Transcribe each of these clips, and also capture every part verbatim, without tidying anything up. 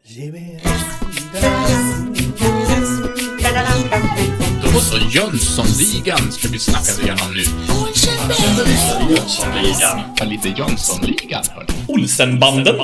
Då så, Jönssonligan ska vi snacka igenom nu. Jönssonligan. Ja, lite Jönssonligan, hörni. Olsenbanden.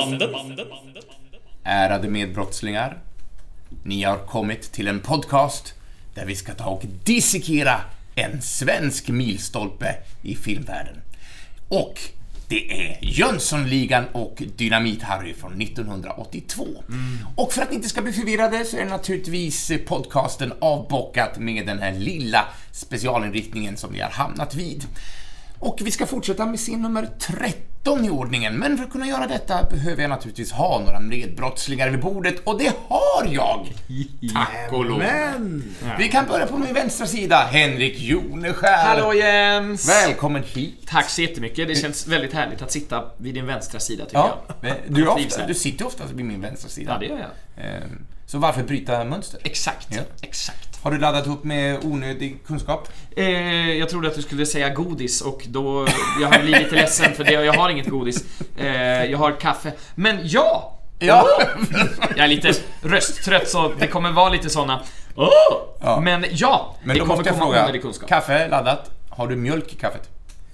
Ärade medbrottslingar, ni har kommit till en podcast där vi ska ta och dissekera en svensk milstolpe i filmvärlden. Och det är Jönssonligan och Dynamit-Harry från nittonhundraåttiotvå. Mm. Och för att ni inte ska bli förvirrade så är det naturligtvis podcasten avbockat med den här lilla specialinriktningen som vi har hamnat vid. Och vi ska fortsätta med sin nummer tretton i ordningen. Men för att kunna göra detta behöver jag naturligtvis ha några medbrottslingar vid bordet. Och det har jag! Tack och lov. Men... Vi kan börja på min vänstra sida. Henrik Joneskär. Hallå Jens! Välkommen hit. Tack så jättemycket. Det känns väldigt härligt att sitta vid din vänstra sida, tycker Ja, jag. du, är ofta, du sitter ofta vid min vänstra sida. Ja, det gör jag. Så varför bryta mönster? Exakt, Ja. exakt. Har du laddat upp med onödig kunskap? Eh, jag trodde att du skulle säga godis och då jag har blivit lite ledsen för det. Jag har inget godis. Eh, jag har kaffe. Men ja! Ja. Jag är lite rösttrött så det kommer vara lite såna. Oh! Ja. Men ja, Men det då kommer måste jag komma fråga, onödig kunskap. kaffe laddat. Har du mjölk i kaffet?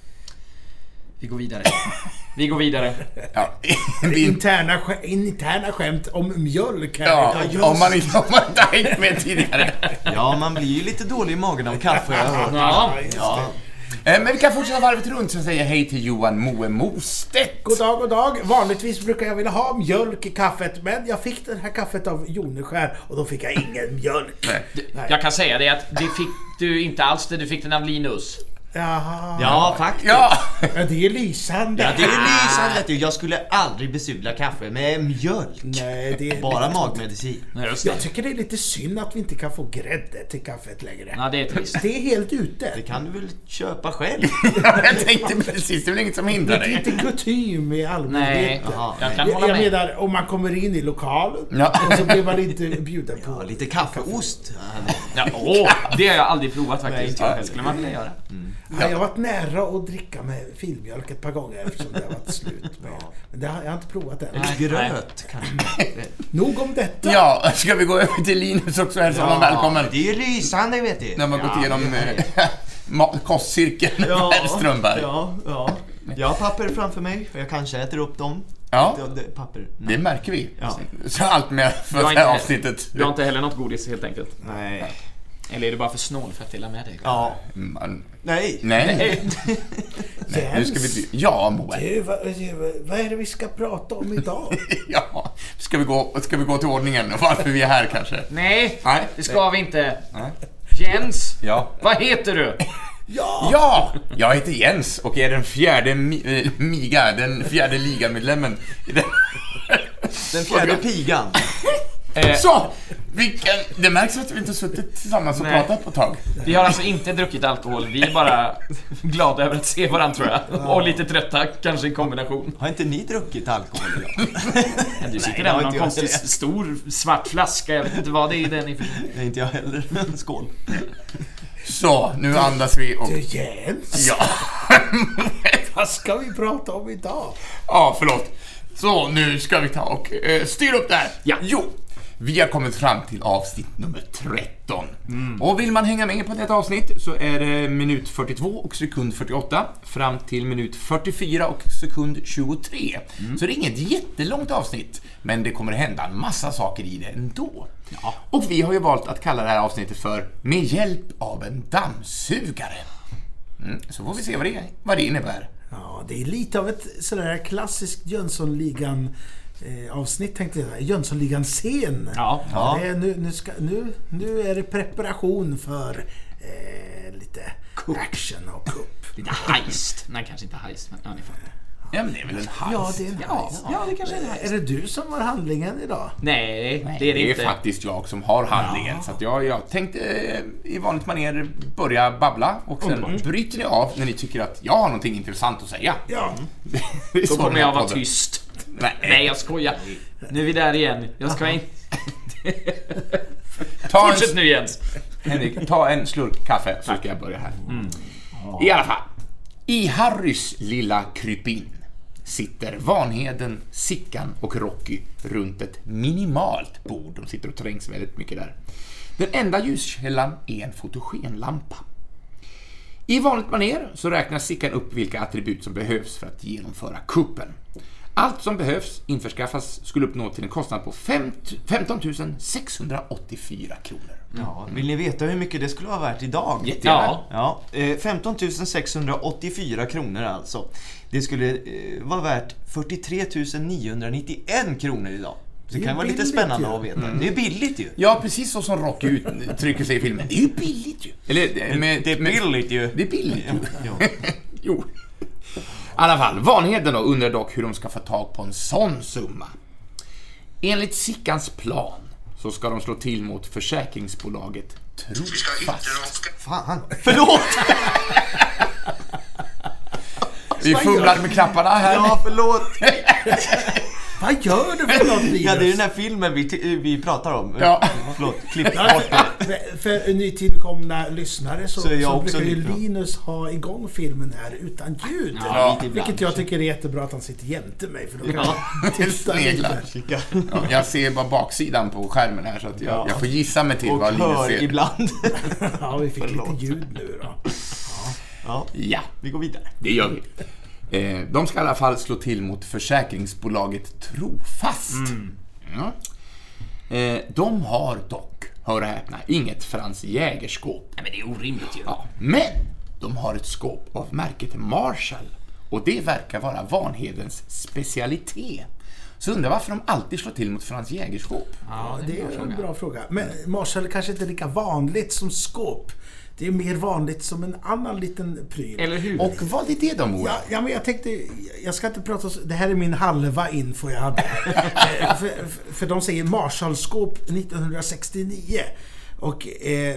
Vi går vidare. Vi går vidare. Ja. Vi, interna, sk- interna skämt om mjölk här. ja, just. om man inte, om man inte har hängt med tidigare. Ja, man blir ju lite dålig i magen av kaffe. Ja. Ja. Eh, Men vi kan fortsätta varvet runt så säger hej till Johan Moe Mostedt. God dag, god dag. Vanligtvis brukar jag vilja ha mjölk i kaffet, men jag fick den här kaffet av Joneskär och då fick jag ingen mjölk. Nej. Nej. Jag kan säga det att det fick du inte alls det. Du fick den av Linus. Jaha. Ja, faktiskt. Ja, Ja, det är lysande. Ja, det är lysande, vet du. Jag skulle aldrig besudla kaffe med mjölk. Nej, det är Bara magmedicin. Just det. Jag tycker det är lite synd att vi inte kan få grädde till kaffet längre. Ja, det är trist. Det är helt ute. Det kan du väl köpa själv? jag tänkte precis, det är väl inget som Det hindrar är dig. inte kutym i Nej, allmänheten. Jaha, jag nej. kan Jag, hålla jag med. menar, om man kommer in i lokalen Ja. och så blir man inte bjuden på. Ja, lite kaffeost. Ja, åh, det har jag aldrig provat faktiskt. Nej, Det skulle man vilja göra. Ja, jag har varit nära att dricka med filmjölk ett par gånger eftersom det har varit slut med. Men det har, jag har inte provat än. Eller gröt kanske. Nog om detta. Ja, ska vi gå över till Linus också här, så ja, välkommen. Det är lysande, vet du. När man gått igenom eh, ma- kostcirkeln Ja, med Strömberg. ja, ja. Jag har papper framför mig och jag kanske äter upp dem. Ja. Det, det, papper. Det märker vi. Ja. Så allt med för Du har det här inte- avsnittet. Du har inte heller något godis helt enkelt. Nej. Eller är du bara för snål för att dela med dig? Ja. Man, Nej. nej, Nej. nej, nu ska vi... Ja, Moe. Du, vad, vad är det vi ska prata om idag? Ja, ska vi, gå, ska vi gå till ordningen och varför vi är här kanske? Nej, Nej. det ska vi inte. Nej. Jens, Ja. vad heter du? Ja! Ja, jag heter Jens och är den fjärde mi, äh, Miga, den fjärde ligamedlemmen i den. Den fjärde pigan. Eh, Så, vilken... Det märks att vi inte suttit tillsammans och Nej. pratat på ett tag. vi har alltså inte druckit alkohol. Vi är bara glada över att se varandra, tror jag. Och lite trötta, kanske i kombination. Har inte ni druckit alkohol idag? Men du sitter Nej, där det har med någon inte jag konstig heller. stor svart flaska. Jag vet inte vad det är i den. i- Nej, inte jag heller. Skål. Så, nu andas vi och... Du, Jens, Ja. vad ska vi prata om idag? Ja, förlåt. Så, nu ska vi ta och eh, styra upp det här. Ja. Jo, vi har kommit fram till avsnitt nummer tretton. Och vill man hänga med på detta avsnitt så är det minut fyrtiotvå och sekund fyrtioåtta fram till minut fyrtiofyra och sekund tjugotre. Så det är inget jättelångt avsnitt, men det kommer hända en massa saker i det ändå. Ja. Och vi har ju valt att kalla det här avsnittet för Med hjälp av en dammsugare. Mm, så får vi se vad det, vad det innebär. Ja, det är lite av ett sådär klassiskt Jönssonligan eh, avsnitt, tänkte jag. Jönssonligan-scen. Ja. Ja. Det är, nu, nu, ska, nu, nu är det preparation för eh, lite action och kupp. Lite heist. Nej, kanske inte heist, men ja, ni fattar. Ja, men det är väl en hals. Ja, det är en Ja, heist. ja, det kanske är en heist. Är det du som var handlingen idag? Nej, det är det Det är inte. faktiskt jag som har handlingen. Ja. Så att jag, jag tänkte eh, i vanligt manér börja babbla. Och sen Underbart. bryter ni av när ni tycker att jag har någonting intressant att säga. Ja. Det är Då så kommer den här jag vara podden. tyst. Nej, Nej, jag skojar. Nu är vi där igen. Jag ska inte... ta Fortsätt en, nu, Jens. Henrik, ta en slurk kaffe så ska jag börja här. I alla fall. I Harrys lilla krypin sitter Vanheden, Sickan och Rocky runt ett minimalt bord. De sitter och trängs väldigt mycket där. Den enda ljuskällan är en fotogenlampa. I vanligt manér så räknar Sickan upp vilka attribut som behövs för att genomföra kuppen. Allt som behövs införskaffas skulle uppnå till en kostnad på femton tusen sexhundraåttiofyra kronor. Ja, vill ni veta hur mycket det skulle vara värt idag? Jättegärna. Ja, eh, femton tusen sexhundraåttiofyra kronor alltså. Det skulle eh, vara värt fyrtiotre tusen niohundranittioen kronor idag. Så det Det kan är vara lite billigt spännande ju. att veta. Det är billigt ju. Ja, precis så som Rocky uttrycker sig i filmen. Det är ju billigt ju. Eller, med, Det är billigt ju. Det är billigt ju. Ja. Jo. I alla fall, Vanheden då undrar dock hur de ska få tag på en sån summa. Enligt Sickans plan så ska de slå till mot försäkringsbolaget Trofast. Fan, förlåt! Vi fumlar med knapparna här. Ja, förlåt. Vad gör du för något, Linus? Ja, det är den här filmen vi, vi pratar om. Ja. Förlåt, klipp Ja, bort det. för, för nytillkomna lyssnare så, Så är jag så också brukar ju lite bra. Linus ha igång filmen här utan ljud. Ja, lite ibland. Vilket jag tycker är jättebra att han sitter jämte mig, för då kan Ja. jag titta Sneglar. lite. Ja, jag ser bara baksidan på skärmen här så att jag, Ja. jag får gissa mig till Och vad Linus hör ser. ibland. Ja, vi fick Förlåt. lite ljud nu då. Ja, Ja, vi går vidare. det gör vi. Eh, de ska i alla fall slå till mot försäkringsbolaget Trofast. Ja. Eh, de har dock, hör och häpna, inget Franz Jägerskåp. Nej, men det är orimligt ju. Ja, men de har ett skåp av märket Marshall. Och det verkar vara Vanhedens specialitet. Så undrar varför de alltid slår till mot Franz Jägerskåp. Ja, Det är en bra fråga. Men Marshall är kanske inte lika vanligt som skåp. Det är mer vanligt som en annan liten pryl. Eller hur? Och vad är det de vore? Ja, ja, men jag tänkte, jag ska inte prata så, det här är min halva info jag hade. Eh, för, för, för de säger Marshallskåp nittonhundrasextionio. Och eh,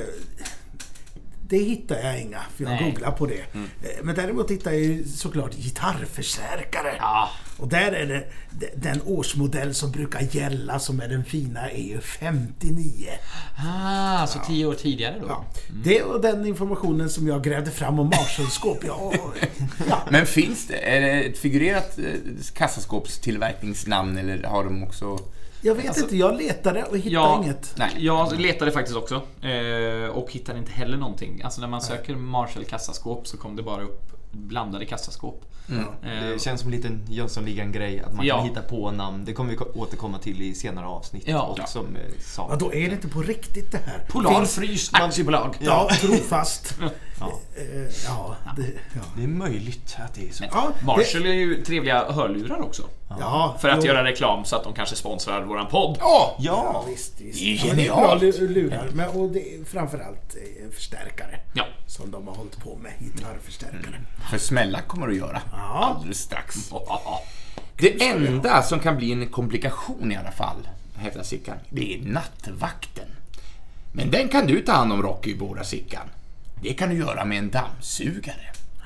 det hittar jag inga, för jag Nej. googlar på det. Mm. Eh, Men däremot hittar jag ju såklart gitarrförstärkare. Ja. Och där är det den årsmodell som brukar gälla, som är den fina, är ju femtionio. Ah, så tio år tidigare då. Ja, det var den informationen som jag grävde fram om Marshallskåp. Ja, ja. Men finns det, är det ett figurerat eh, kassaskåpstillverkningsnamn eller har de också... Jag vet inte, jag letade och hittade Ja, inget. Nej. jag letade faktiskt också eh, och hittade inte heller någonting. Alltså när man söker Marshall kassaskåp så kom det bara upp blandade kassaskåp. Mm. Eh, Det känns som en liten Jönssonligan-grej att man Ja. kan hitta på namn. Det kommer vi återkomma till i senare avsnitt. Ja. Och som eh, sa. Ja, då är det inte på riktigt det här. Polarfrys aktiebolag. Ja, trofast. Ja. Eh, ja, det, ja. Det är möjligt att det är så. Ja, Marshall är ju trevliga hörlurar också. ja, För att jo. göra reklam så att de kanske sponsrar våran podd. Ja! Ja, Ja, visst, visst. Det är Ja, det är bra genialt. lu- lurar. Men, och det är framförallt eh, förstärkare. Ja. Som de har hållit på med, gitarrförstärkare. För smälla kommer du göra Ja. alldeles strax. Ja, ja, ja. Det enda som kan bli en komplikation i alla fall, hävdar Sickan, det är nattvakten. Men den kan du ta hand om, Rocky, båda Sickan. Det kan du göra med en dammsugare.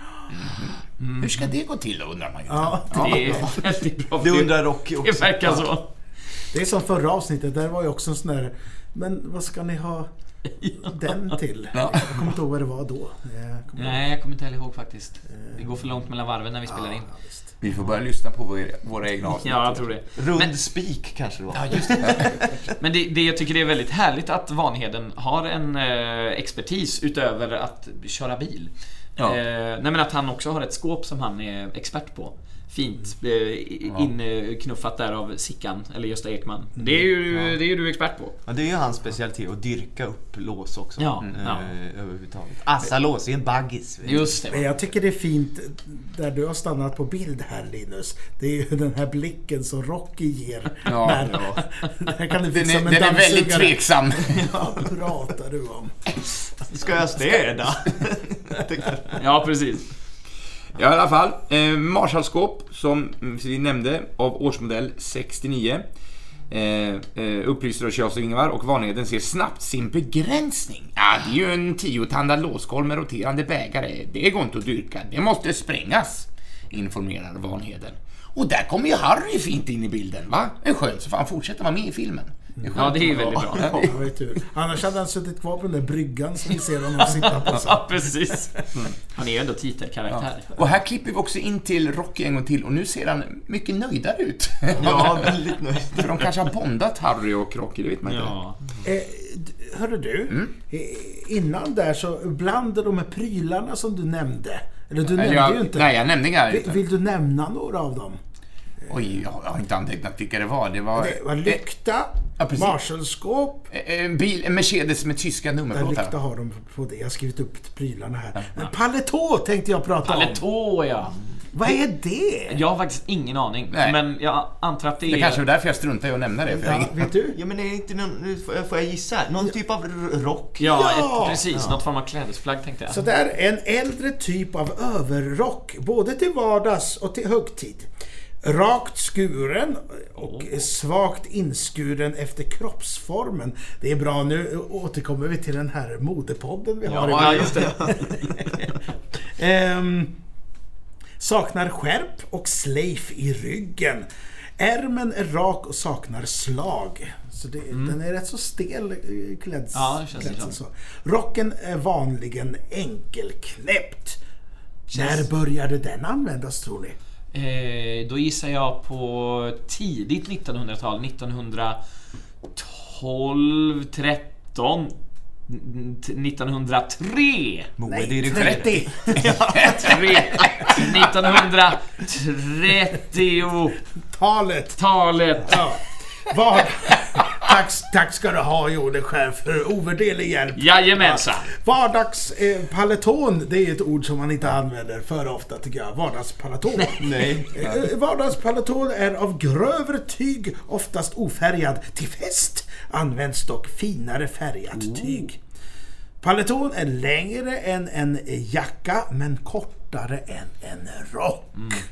Mhm. Hur ska det gå till då, undrar man ju. Ja, Det är väldigt bra. det undrar Rocky också. Det verkar så. det är som förra avsnittet, där var ju också en sån där, men vad ska ni ha den till? Ja. Jag kommer inte ihåg vad det var då. Jag kommer Nej, jag kommer inte heller ihåg faktiskt. Det går för långt mellan varven när vi spelar in. Ja, visst. Vi får börja lyssna på våra, våra egna avsnitt. Ja, jag tror det. Rund Men- spik kanske det var. Ja, just det. Men det, det jag tycker det är väldigt härligt att Vanheden har en eh, expertis utöver att köra bil. Ja. Eh, nej men att han också har ett skåp som han är expert på. Fint eh, inknuffat där av Sickan eller Gösta Ekman. Det är ju det är ju du expert på. Ja, det är ju hans specialitet att dyrka upp lås också. Ja, Mm, ja. eh, överhuvudtaget. Assa lås är en baggis. vet du. Just det. Men jag tycker det är fint där du har stannat på bild här, Linus. Det är ju den här blicken som Rocky ger. Ja, när, ja. Där kan du Den fixa är, med den är väldigt dammsugare. tveksam. Vad pratar du om? Ska jag städa? Ja, precis. Ja, i alla fall. Eh, Marshallskåp, som vi nämnde, av årsmodell sextionio. Eh, eh, upplyser oss oss Ingvar, och Vanheden ser snabbt sin begränsning. Ja, det är ju en tiotandad låskolv med roterande bägare. Det går inte att dyrka. Det måste sprängas, informerar Vanheden. Och där kommer ju Harry fint in i bilden, va? Det är skönt, så får han fortsätta vara med i filmen. Ja, det är ju väldigt bra. Ja, det var ju tur. Annars hade han suttit kvar på den där bryggan som vi ser honom sitta på. Ja, precis. Han är ju ändå titelkaraktär. Ja. Och här klipper vi också in till Rocky en gång till och nu ser han mycket nöjdare ut. Ja, väldigt nöjd. För de kanske har bondat Harry och Rocky, det vet man inte. Ja. Eh, d- hörru du, Mm. eh, innan där så bland de här prylarna som du nämnde, eller du nämnde jag, ju inte. Nej, jag nämnde inga. vill, vill du nämna några av dem? Oj, jag har inte antecknat vilka det var. Det var, Det var lykta, ja, precis. Marshallskåp. en bil, en Mercedes med tyska Där nummerplåtar. lykta har de på det. Jag har skrivit upp prylarna här. Men paletå tänkte jag prata om. Paletå, ja. Vad är det? Jag har faktiskt ingen aning. Nej. Men jag antar att det är... Det kanske är därför jag struntar i att nämna det. För jag, Ja, vet du? Ja, men är det inte någon, nu får jag- får jag gissa? Någon typ av r- rock? Ja, Ja. Ett, precis. Något form av klädesplagg tänkte jag. Så det är en äldre typ av överrock, både till vardags och till högtid. Rakt skuren och svagt inskuren efter kroppsformen. Det är bra, nu återkommer vi till den här modepodden vi har. Ja, just det. Ehm, saknar skärp och slejf i ryggen. Ärmen är rak och saknar slag. Så det, den är rätt så stel eh, klädd. Ja, det känns klädsel det så. Rocken är vanligen enkelknäppt. Känns- När började den användas, tror ni? Eh, då gissar jag på tidigt nittonhundratal. nittonhundratolv, tretton, nittonhundratre. Moe, Nej, det är trettio! Tre, nittonhundratrettio-talet. Talet! Ja. Vad? Tack, tack ska du ha, Jordeskär, för ovärderlig hjälp. Jajamensan. Vardags eh, paleton, det är ett ord som man inte använder för ofta, tycker jag. Vardagspaleton. Nej. Eh, Vardagspaleton är av grövre tyg, oftast ofärgad. Till fest används dock finare färgat tyg. Paleton är längre än en jacka, men kortare än en rock.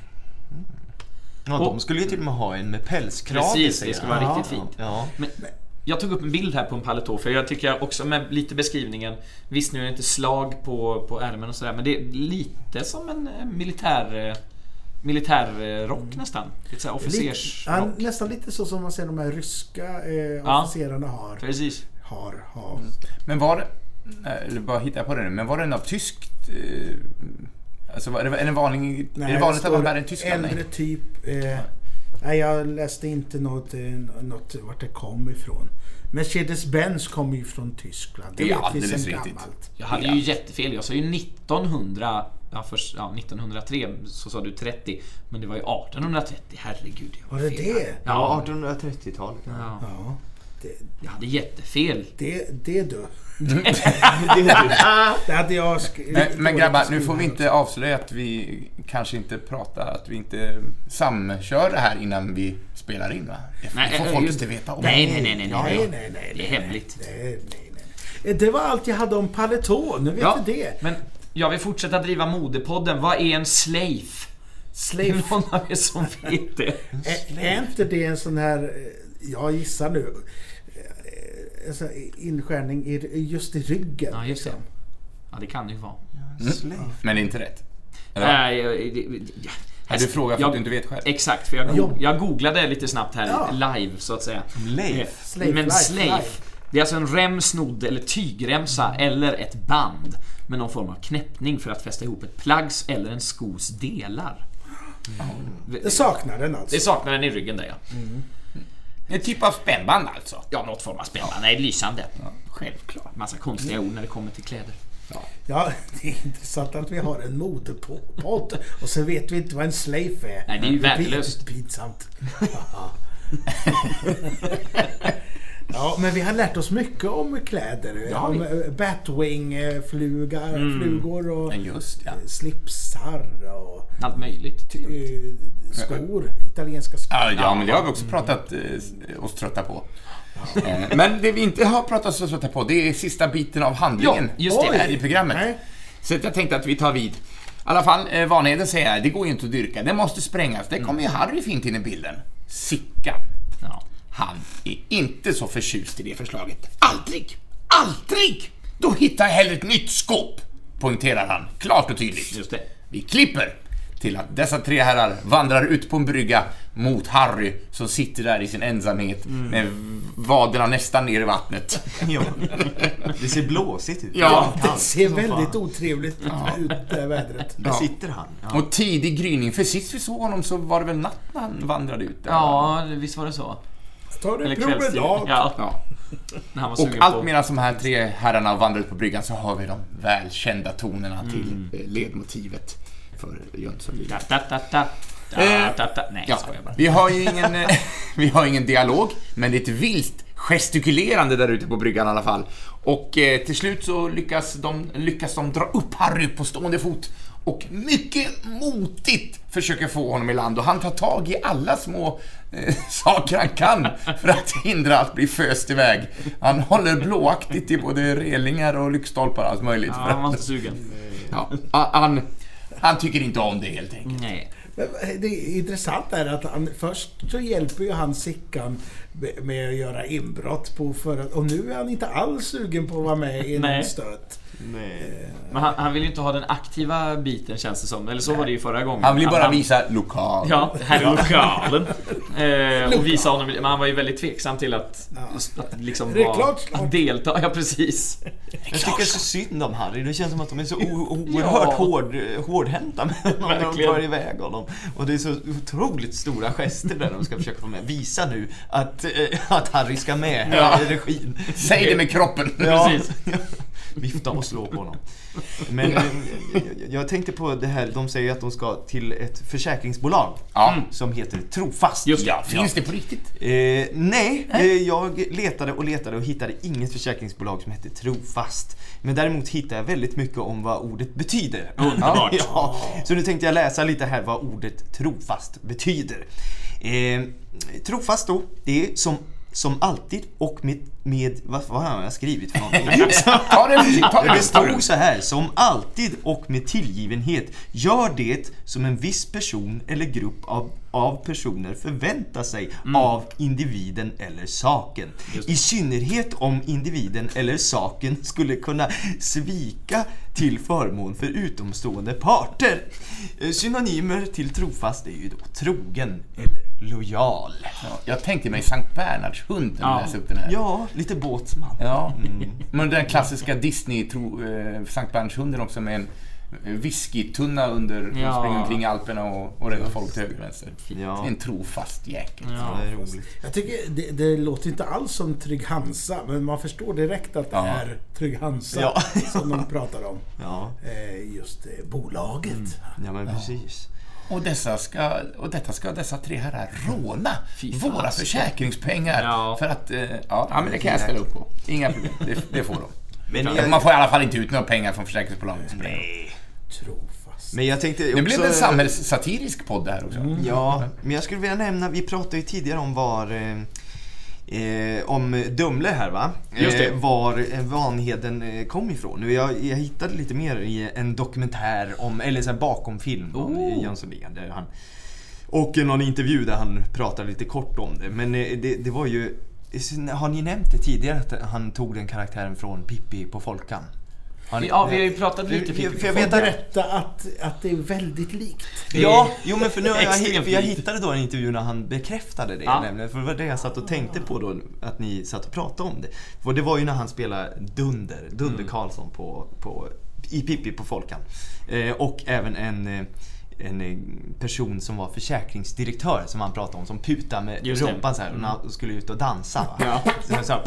Ja, de skulle ju till och med ha en med pälskrage. Precis, säger det ska jag. vara Ja. riktigt fint. Ja. Men jag tog upp en bild här på en paletå, för jag tycker också med lite beskrivningen, visst nu är det inte slag på, på ärmen och sådär, men det är lite som en eh, militär eh, militärrock nästan. Lite såhär Lite, officersrock. ja, nästan lite så som man ser de här ryska eh, Ja. officerarna har. Precis. har, har. Men var det, eller bara hitta jag på det nu, men var det en av tyskt, eh, alltså var det en vanlig, är det vanligt står att man bär en tysk äldre klänning? typ. Eh, nej, jag läste inte något, eh, något vart det kom ifrån. Mercedes-Benz kommer ju från Tyskland. Det är vet vi alldeles sedan riktigt. gammalt. Jag hade ju jättefel. Jag sa ju nittonhundra, ja, först, ja, nittonhundratre, så sa du trettio. Men det var ju artonhundratrettio, herregud. Jag Var det fel. det? Ja, Ja, artonhundratrettiotalet. ja. Ja, det, Jag hade jättefel. det, det är du. Det är du. Det hade jag sk- Men, men grabbar, nu skrivit får vi inte avslöja att vi kanske inte pratar, att vi inte samkör det här innan vi spelar in, va? Det Nej, får eh, folk just- inte veta om. Nej, nej, nej, nej, Nej, nej. nej, nej. Det är nej, hemligt. nej, nej, nej, nej. Det var allt jag hade om paleton. Nu vet Ja, du det. men jag vill fortsätta driva modepodden. Vad är en slave? Slave. Är det någon av er som vet det? Är, är inte det en sån här, eh, jag gissar nu, eh, en sån här inskärning i, just i ryggen? Ja, just det. liksom? Ja, det kan det ju vara. Slave. Men det är inte rätt. Eller? Nej, jag- det- ja. Är du frågar för Jag- att du inte vet själv? Exakt, för jag, go- Ja. jag googlade lite snabbt här, Ja. live så att säga. Slave. Eh, Slave Men life, slave, life. det är alltså en rem, snodd eller tygremsa eller ett band med någon form av knäppning för att fästa ihop ett plaggs eller en skos delar. Det saknar den alltså. Det saknar den i ryggen där, ja. En typ av spännband alltså? Ja, något form av spännande. Nej, lysande. Ja, självklart. Massa konstiga ord när det kommer till kläder. Ja, det är intressant att vi har en modepodd och så vet vi inte vad en slave är. Nej, det är ju pin- värdelöst. Pinsamt. Ja, men vi har lärt oss mycket om kläder. Ja, om vi- eh, Batwing-flugor Mm. flugor och Men just, ja. slipsar och Allt möjligt. eh, skor. Italienska skor. Ja, ja, men det har vi också pratat eh, oss trötta på. Eh, men det vi inte har pratat oss trötta på, det är sista biten av handlingen. Ja, just det. Oj, här i programmet. Nej. Så att jag tänkte att vi tar vid. I alla fall, eh, Vanheden säger här, det går ju inte att dyrka, det måste sprängas. Det kommer ju Harry fint in i bilden. Sickan. Ja. Han är inte så förtjust i det förslaget. Aldrig! Aldrig! Då hittar jag hellre ett nytt skåp, poängterar han, klart och tydligt. Just det. Vi klipper till att dessa tre herrar vandrar ut på en brygga mot Harry som sitter där i sin ensamhet mm. med vaderna nästan ner i vattnet. Ja. Det ser blåsigt ut. Ja, det ser väldigt otrevligt ja. ut det vädret. Där ja. sitter han. Ja. Och tidig gryning, för sist vi såg honom så var det väl natt när han vandrade ut där. Ja, visst var det så. Tar du promenad? Ja. ja. Och allt på. Medan de här tre herrarna vandrar ut på bryggan så har vi de välkända tonerna mm. till ledmotivet för Jönssonligan. Da, da, da, da, da, da. Nej, ja. jag bara. Vi har ju ingen vi har ingen dialog, men det är ett vilt gestikulerande där ute på bryggan i alla fall. Och eh, till slut så lyckas de lyckas de dra upp Harry på stående fot och mycket motigt försöker få honom i land, och han tar tag i alla små eh, saker han kan för att hindra att bli föst iväg. Han håller blåaktigt i både relingar och lyktstolpar och allt möjligt. Ja, han var inte sugen. Ja, han, han tycker inte om det helt enkelt. Nej. Men det är intressant är att han, först så hjälper ju han Sickan med att göra inbrott på för, och nu är han inte alls sugen på att vara med i någon stöt. Nej. Men han, han vill ju inte ha den aktiva biten, känns det som. Eller så Nej. var det ju förra gången. Han vill bara han, visa lokal. Ja, här är lokalen. eh, och visa honom. Men han var ju väldigt tveksam till att, ja. att liksom det är klart, att delta. Ja, precis. Jag tycker så synd om Harry. Det känns som att de är så oerhört ja. hård, hårdhänta med honom när de tar iväg honom. Och det är så otroligt stora gester där de ska försöka få med. Visa nu att, att Harry ska med ja. i regin. Säg det med kroppen. Ja. Precis. Vifta och slå på honom. Men jag, jag tänkte på det här. De säger att de ska till ett försäkringsbolag ja. som heter Trofast. Just ja, finns ja. det på riktigt? Eh, nej, eh, jag letade och letade och hittade inget försäkringsbolag som heter Trofast. Men däremot hittade jag väldigt mycket om vad ordet betyder. Underbart. Ja, så nu tänkte jag läsa lite här vad ordet trofast betyder. Eh, trofast då, det är som Som alltid och med, med vad, vad har jag skrivit för någonting? ta det, ta det, det stod så här: som alltid och med tillgivenhet gör det som en viss person eller grupp av, av personer förväntar sig mm. av individen eller saken. I synnerhet om individen eller saken skulle kunna svika till förmån för utomstående parter. Synonymer till trofast är ju då trogen eller lojal. Ja, jag tänkte mig Sankt Bernhards hund när jag läste upp den här. Ja, lite båtsman. Ja, mm. men den klassiska Disney tro, eh, Sankt Bernhards hunden också med en whiskytunna under ja. springer omkring Alperna och, och räddar folk till höger och vänster. Ja. Det är en trofast jäkel. Ja, det är roligt. Jag tycker det, det låter inte alls som Trygg Hansa, men man förstår direkt att det ja. är Trygg Hansa ja. som de pratar om. Ja. Eh, just eh, bolaget. Mm. Ja, men precis. Och, dessa ska, och detta ska dessa tre herrar råna våra försäkringspengar ja. för att, eh, ja, men det kan jag ställa upp på. Inga problem, det, det får de. Men jag, man får i alla fall inte ut några pengar från försäkringsbolaget. Nej, trofast. Men jag tänkte också, det blev en samhällssatirisk podd där också. Mm. Ja, men jag skulle vilja nämna, vi pratade ju tidigare om var eh, Eh, om Dumle här va? Just det. Eh, var Vanheden eh, kom ifrån. Jag, jag hittade lite mer i en dokumentär om, eller så här bakomfilm om oh. Jönssonligan där han, och någon intervju där han pratade lite kort om det. Men eh, det, det var ju, har ni nämnt det tidigare att han tog den karaktären från Pippi på Folkan? Ni, ja, vi har ju pratat lite för, för jag vet berätta att, att det är väldigt likt. Ja, jo men för nu har jag, för jag hittade då en intervju när han bekräftade det ja. nämligen, för det var det jag satt och tänkte på då, att ni satt och pratade om det. För det var ju när han spelade Dunder, Dunder mm. Karlsson på, på, i Pippi på Folkan. Eh, och även en en person som var försäkringsdirektör som han pratade om, som puta med Just rumpan så här, och när han skulle ut och dansa va? Ja. Sen, så,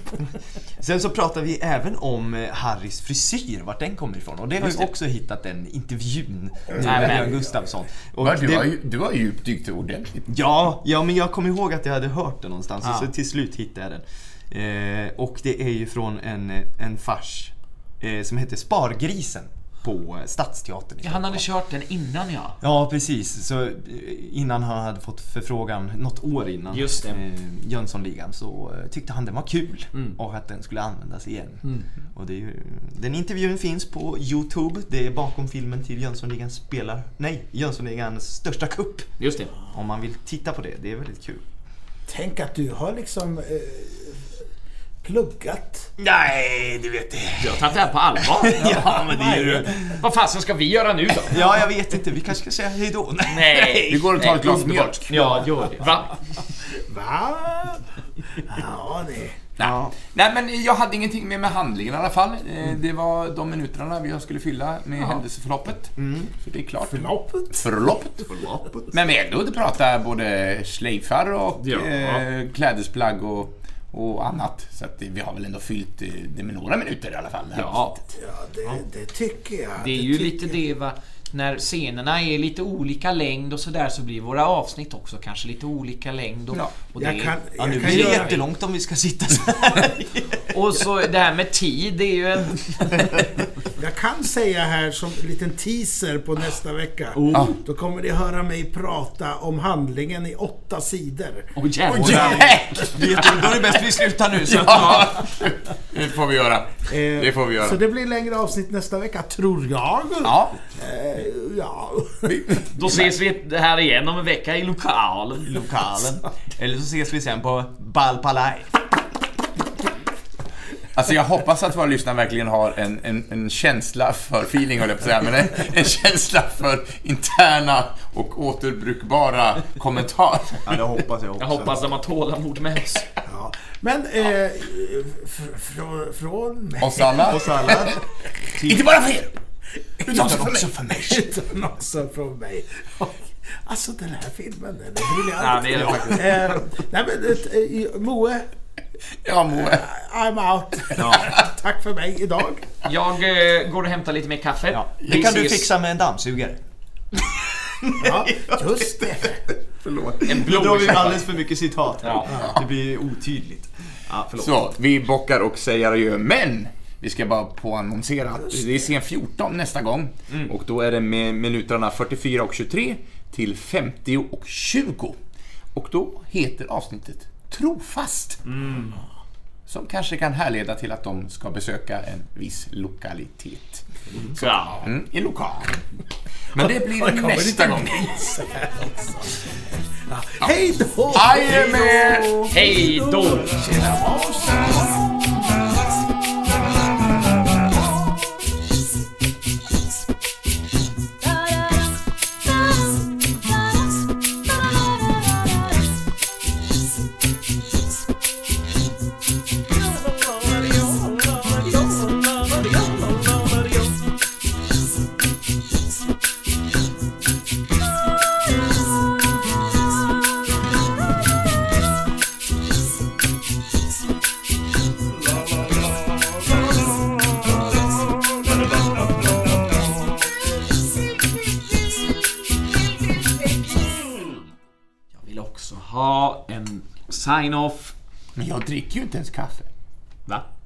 sen så pratade vi även om Harrys frisyr, vart den kommer ifrån, och det har vi också hittat en intervjun med Björn Gustafsson. Och var, du, det, var ju, du var djupdykt ordentligt. Ja, ja, men jag kommer ihåg att jag hade hört det någonstans ja. och så till slut hittade jag den. Eh, och det är ju från en, en fars eh, som heter Spargrisen på Stadsteatern. Ja, han hade kört den innan ja. Ja, precis. Så innan han hade fått förfrågan, något år innan Just det. Eh, Jönssonligan, så tyckte han den var kul mm. och att den skulle användas igen. Mm. Och det är ju, den intervjun finns på YouTube. Det är bakom filmen till Jönssonligan spelar, nej, Jönssonligans största kupp. Just det. Om man vill titta på det, det är väldigt kul. Tänk att du har liksom eh, pluggat? Nej, det vet jag. Jag har tagit det här på allvar. Ja, men det är ju... Vad fasen ska vi göra nu då? Ja, jag vet inte. Vi kanske ska säga hej då. Nej. Vi går och tar ett glas mjölk. Ja, gör det. Va? Va? Ja, det... Ja. Nej, men jag hade ingenting med med handlingen i alla fall. Mm. Det var de minuterna vi skulle fylla med ja. händelseförloppet. Mm. Så det är klart. Förloppet? Förloppet. Förloppet. Men vi ändå prata både slejfar och ja. eh, klädesplagg och, och annat. Så att vi har väl ändå fyllt det med några minuter i alla fall. Ja, ja det, det tycker jag. Det är det ju tycker... lite det, va? När scenerna är lite olika längd och så där, så blir våra avsnitt också kanske lite olika längd och, ja. och det jag kan, ja, nu jag blir det jättelångt om vi ska sitta så här. Och så det här med tid, det är ju en... Jag kan säga här som en liten teaser på nästa vecka. Oh. Då kommer ni höra mig prata om handlingen i åtta sidor. Åh oh, jävlar. Oh, jävlar. Då är det bäst vi slutar nu. Så ja. Det får vi göra. Eh, det får vi göra. Så det blir längre avsnitt nästa vecka, tror jag. Ja. Eh, ja. Då ses vi här igen om en vecka i lokalen. Lokalen. Eller så ses vi sen på Balpalaj. Alltså jag hoppas att våra lyssnare verkligen har en, en, en känsla för feeling, höll jag på att säga, men en, en känsla för interna och återbrukbara kommentarer. Ja, det hoppas jag också. Jag hoppas de har tålamod med oss. Ja. Men eh, fr- fr- från mig. Oss alla. Oss alla. Inte bara för er, utan också för också mig. för mig. Utan också från mig. Alltså den här filmen, den är briljant. Ja, det är det faktiskt. Eh, nej men, eh, Moe. Ja, Moe. I'm out. Ja. Tack för mig idag. Jag eh, går och hämtar lite mer kaffe. Ja. Det Vi kan du ses. fixa med en dammsugare. Ja, just det. Förlåt. En Då drar vi blå. alldeles för mycket citat. Ja. Det blir otydligt. Ja, förlåt. Så, vi bockar och säger adjö, men vi ska bara påannonsera att det är scen fjorton nästa gång. Mm. Och då är det med minuterna fyrtiofyra och tjugotre till femtio och tjugo. Och då heter avsnittet Trofast. Mm. Som kanske kan härleda till att de ska besöka en viss lokalitet. Mm. Så, ja. Mm, en lokal. Men det blir nästa gång. Ja. Hej då! Hej då! Hej då! Ha en sign-off. Men jag dricker ju inte ens kaffe. Va?